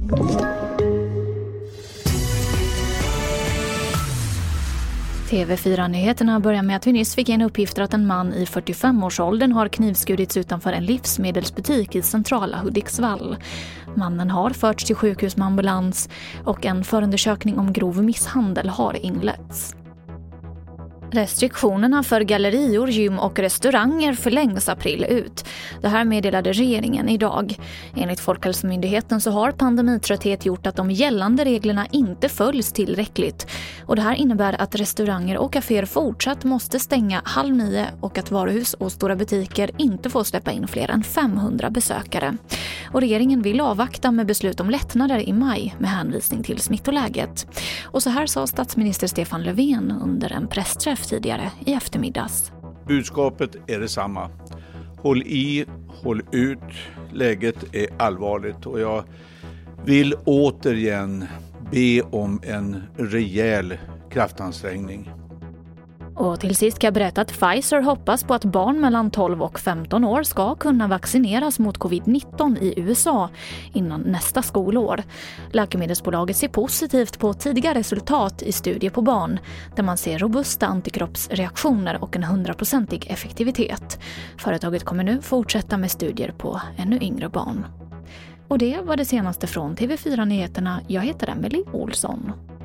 TV4-nyheterna börjar med att vi nyss fick en uppgift att en man i 45-årsåldern har knivskurits utanför en livsmedelsbutik i centrala Hudiksvall. Mannen har förts till sjukhus med ambulans och en förundersökning om grov misshandel har inletts. Restriktionerna för gallerior, gym och restauranger förlängs april ut. Det här meddelade regeringen idag. Enligt Folkhälsomyndigheten så har pandemitrötthet gjort att de gällande reglerna inte följs tillräckligt. Och det här innebär att restauranger och kaféer fortsatt måste stänga 8:30 och att varuhus och stora butiker inte får släppa in fler än 500 besökare. Och regeringen vill avvakta med beslut om lättnader i maj med hänvisning till smittoläget. Och så här sa statsminister Stefan Löfven under en pressträff tidigare i eftermiddags. Budskapet är detsamma. Håll i, håll ut. Läget är allvarligt och jag vill återigen be om en rejäl kraftansträngning. Och till sist kan jag berätta att Pfizer hoppas på att barn mellan 12 och 15 år ska kunna vaccineras mot covid-19 i USA innan nästa skolår. Läkemedelsbolaget ser positivt på tidiga resultat i studier på barn där man ser robusta antikroppsreaktioner och en 100% effektivitet. Företaget kommer nu fortsätta med studier på ännu yngre barn. Och det var det senaste från TV4-nyheterna. Jag heter Emily Olsson.